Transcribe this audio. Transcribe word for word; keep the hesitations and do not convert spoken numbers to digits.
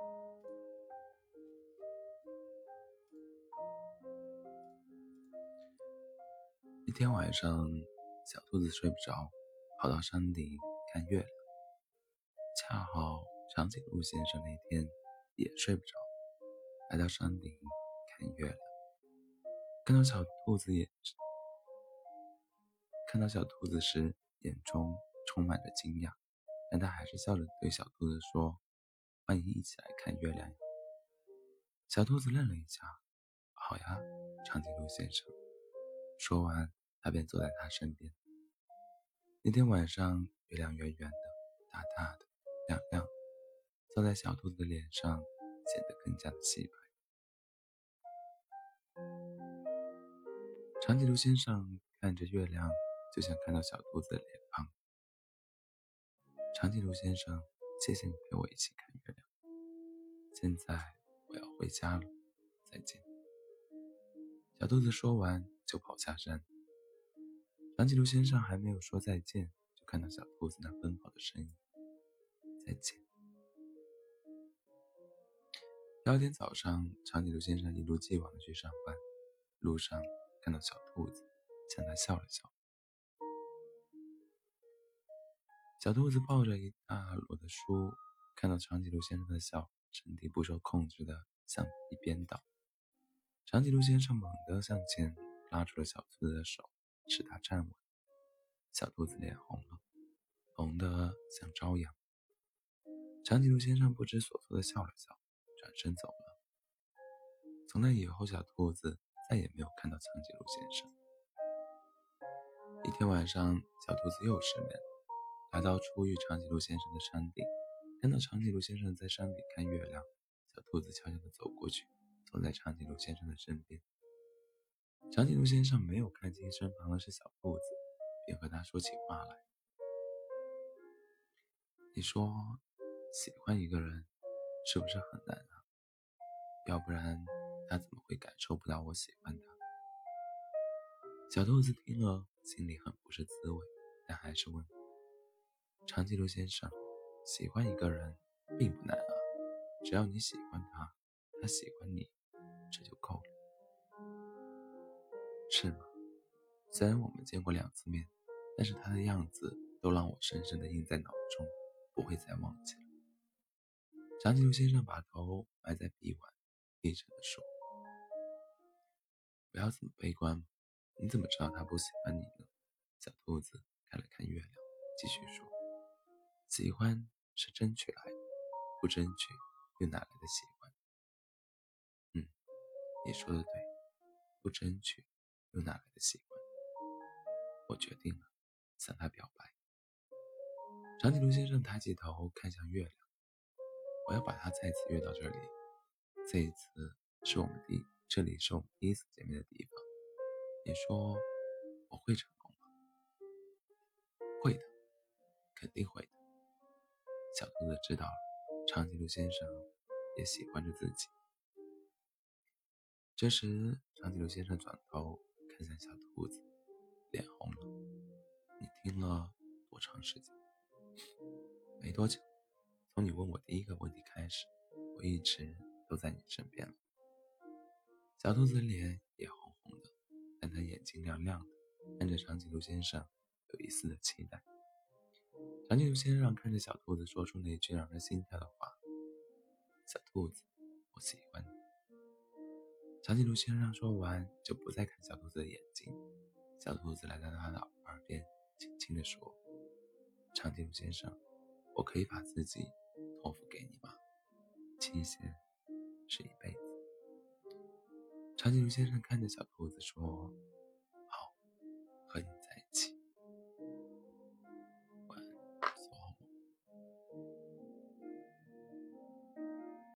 一天晚上，小兔子睡不着，跑到山顶看月亮。恰好长颈鹿先生那天也睡不着，来到山顶看月亮。看到小兔子也看到小兔子时，眼中充满着惊讶，但他还是笑着对小兔子说：“欢迎一起来看月亮呀。”小兔子愣了一下，“好呀，长颈鹿先生。”说完，他便坐在他身边。那天晚上，月亮圆圆的、大大的、亮亮的，照在小兔子的脸上，显得更加的细白。长颈鹿先生看着月亮，就像看到小兔子的脸庞。长颈鹿先生，谢谢你陪我一起看月亮。现在我要回家了，再见。小兔子说完就跑下山。长颈鹿先生还没有说再见，就看到小兔子那奔跑的身影。再见。第二天早上，长颈鹿先生一如既往地去上班，路上看到小兔子，向他笑了笑。小兔子抱着一大摞的书，看到长颈鹿先生的笑，身体不受控制地向一边倒。长颈鹿先生猛地向前拉住了小兔子的手，使它站稳。小兔子脸红了，红得像朝阳。长颈鹿先生不知所措地笑了笑，转身走了。从那以后，小兔子再也没有看到长颈鹿先生。一天晚上，小兔子又失眠，来到初遇长颈鹿先生的山顶，看到长颈鹿先生在山顶看月亮，小兔子悄悄地走过去，坐在长颈鹿先生的身边。长颈鹿先生没有看清身旁的是小兔子，便和他说起话来。你说，喜欢一个人是不是很难啊？要不然他怎么会感受不到我喜欢他？小兔子听了，心里很不是滋味，但还是问：长颈鹿先生，喜欢一个人并不难啊，只要你喜欢他，他喜欢你，这就够了。是吗？虽然我们见过两次面，但是他的样子都让我深深地印在脑中，不会再忘记了。长颈鹿先生把头埋在臂弯，低沉地说：不要这么悲观嘛，你怎么知道他不喜欢你呢？小兔子看了看月亮，继续说：喜欢是争取来的，不争取又哪来的喜欢？嗯，你说的对，不争取又哪来的喜欢？我决定了，向他表白。长颈鹿先生抬起头看向月亮，我要把他再次约到这里，这一次是我们第这里是我们第一次见面的地方。你说我会成功吗？会的，肯定会的。小兔子知道了，长颈鹿先生也喜欢着自己。这时，长颈鹿先生转头看向小兔子，脸红了。你听了多长时间？没多久，从你问我第一个问题开始，我一直都在你身边了。小兔子的脸也红红的，但他眼睛亮亮的，看着长颈鹿先生有一丝的期待。长颈鹿先生看着小兔子，说出那句让人心跳的话：小兔子，我喜欢你。长颈鹿先生说完就不再看小兔子的眼睛。小兔子来到他的耳边，轻轻地说：长颈鹿先生，我可以把自己托付给你吗？期限是一辈子。长颈鹿先生看着小兔子说：